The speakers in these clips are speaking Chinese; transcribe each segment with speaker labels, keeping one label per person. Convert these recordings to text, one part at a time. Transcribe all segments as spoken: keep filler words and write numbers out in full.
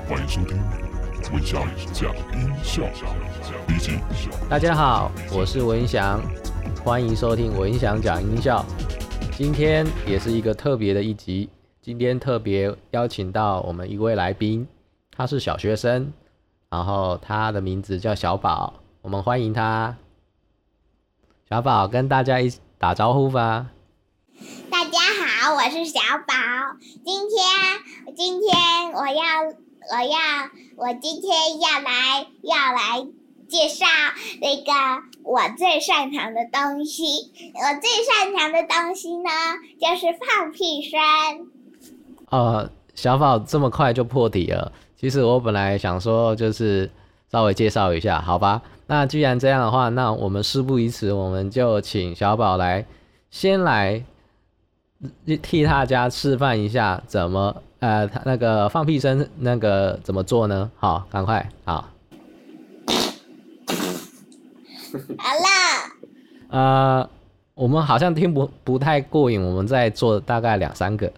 Speaker 1: 欢迎收听文祥讲音效第一集。
Speaker 2: 大家好，我是文祥，欢迎收听文祥讲音效。今天也是一个特别的一集，今天特别邀请到我们一位来宾，他是小学生，然后他的名字叫小宝，我们欢迎他。小宝跟大家一起打招呼吧。
Speaker 3: 大家好，我是小宝。今天，今天我要，我要，我今天要来，要来介绍那个我最擅长的东西。我最擅长的东西呢，就是放屁声。
Speaker 2: 呃，小宝这么快就破题了。其实我本来想说，就是稍微介绍一下，好吧？那既然这样的话，那我们事不宜迟，我们就请小宝来，先来替大家示范一下怎么呃那个放屁声那个怎么做呢？好，赶快好。
Speaker 3: 好了。
Speaker 2: 呃，我们好像听不不太过瘾，我们再做大概两三个。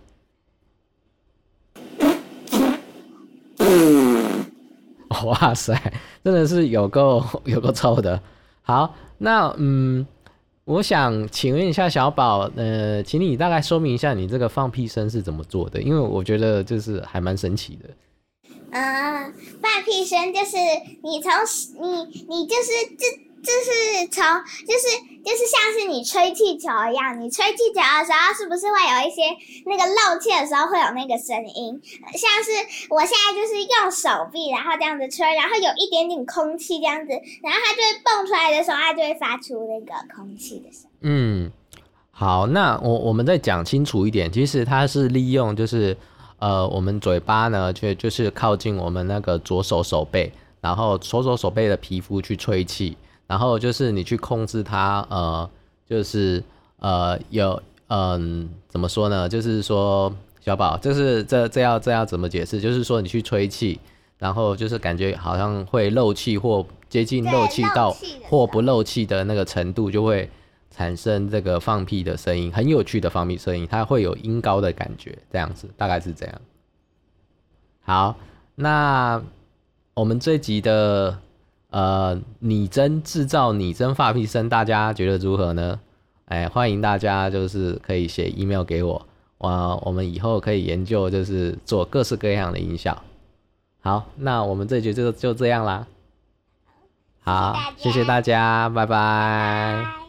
Speaker 2: 哇塞，真的是有够有够臭的。好，那嗯。我想请问一下小宝，呃，请你大概说明一下你这个放屁声是怎么做的，因为我觉得就是还蛮神奇的。
Speaker 3: 嗯，放屁声就是你从你你就是这就是从就是就是像是你吹气球一样，你吹气球的时候是不是会有一些那个漏气的时候会有那个声音？像是我现在就是用手臂，然后这样子吹，然后有一点点空气这样子，然后它就会蹦出来的时候，它就会发出那个空气的声音。
Speaker 2: 嗯，好，那我我们再讲清楚一点，其实它是利用就是呃我们嘴巴呢就就是靠近我们那个左手手背，然后左手手背的皮肤去吹气。然后就是你去控制它，呃，就是呃有嗯、呃、怎么说呢？就是说小宝，就是这这要这要怎么解释？就是说你去吹气，然后就是感觉好像会漏气或接近漏气到或不漏气的那个程度，就会产生这个放屁的声音，很有趣的放屁声音，它会有音高的感觉，这样子大概是这样。好，那我们这集的。呃，拟真制造拟真放屁声，大家觉得如何呢？哎，欢迎大家就是可以写 email 给我，我我们以后可以研究，就是做各式各样的音效。好，那我们这集就就这样啦。好，谢谢大家，拜拜。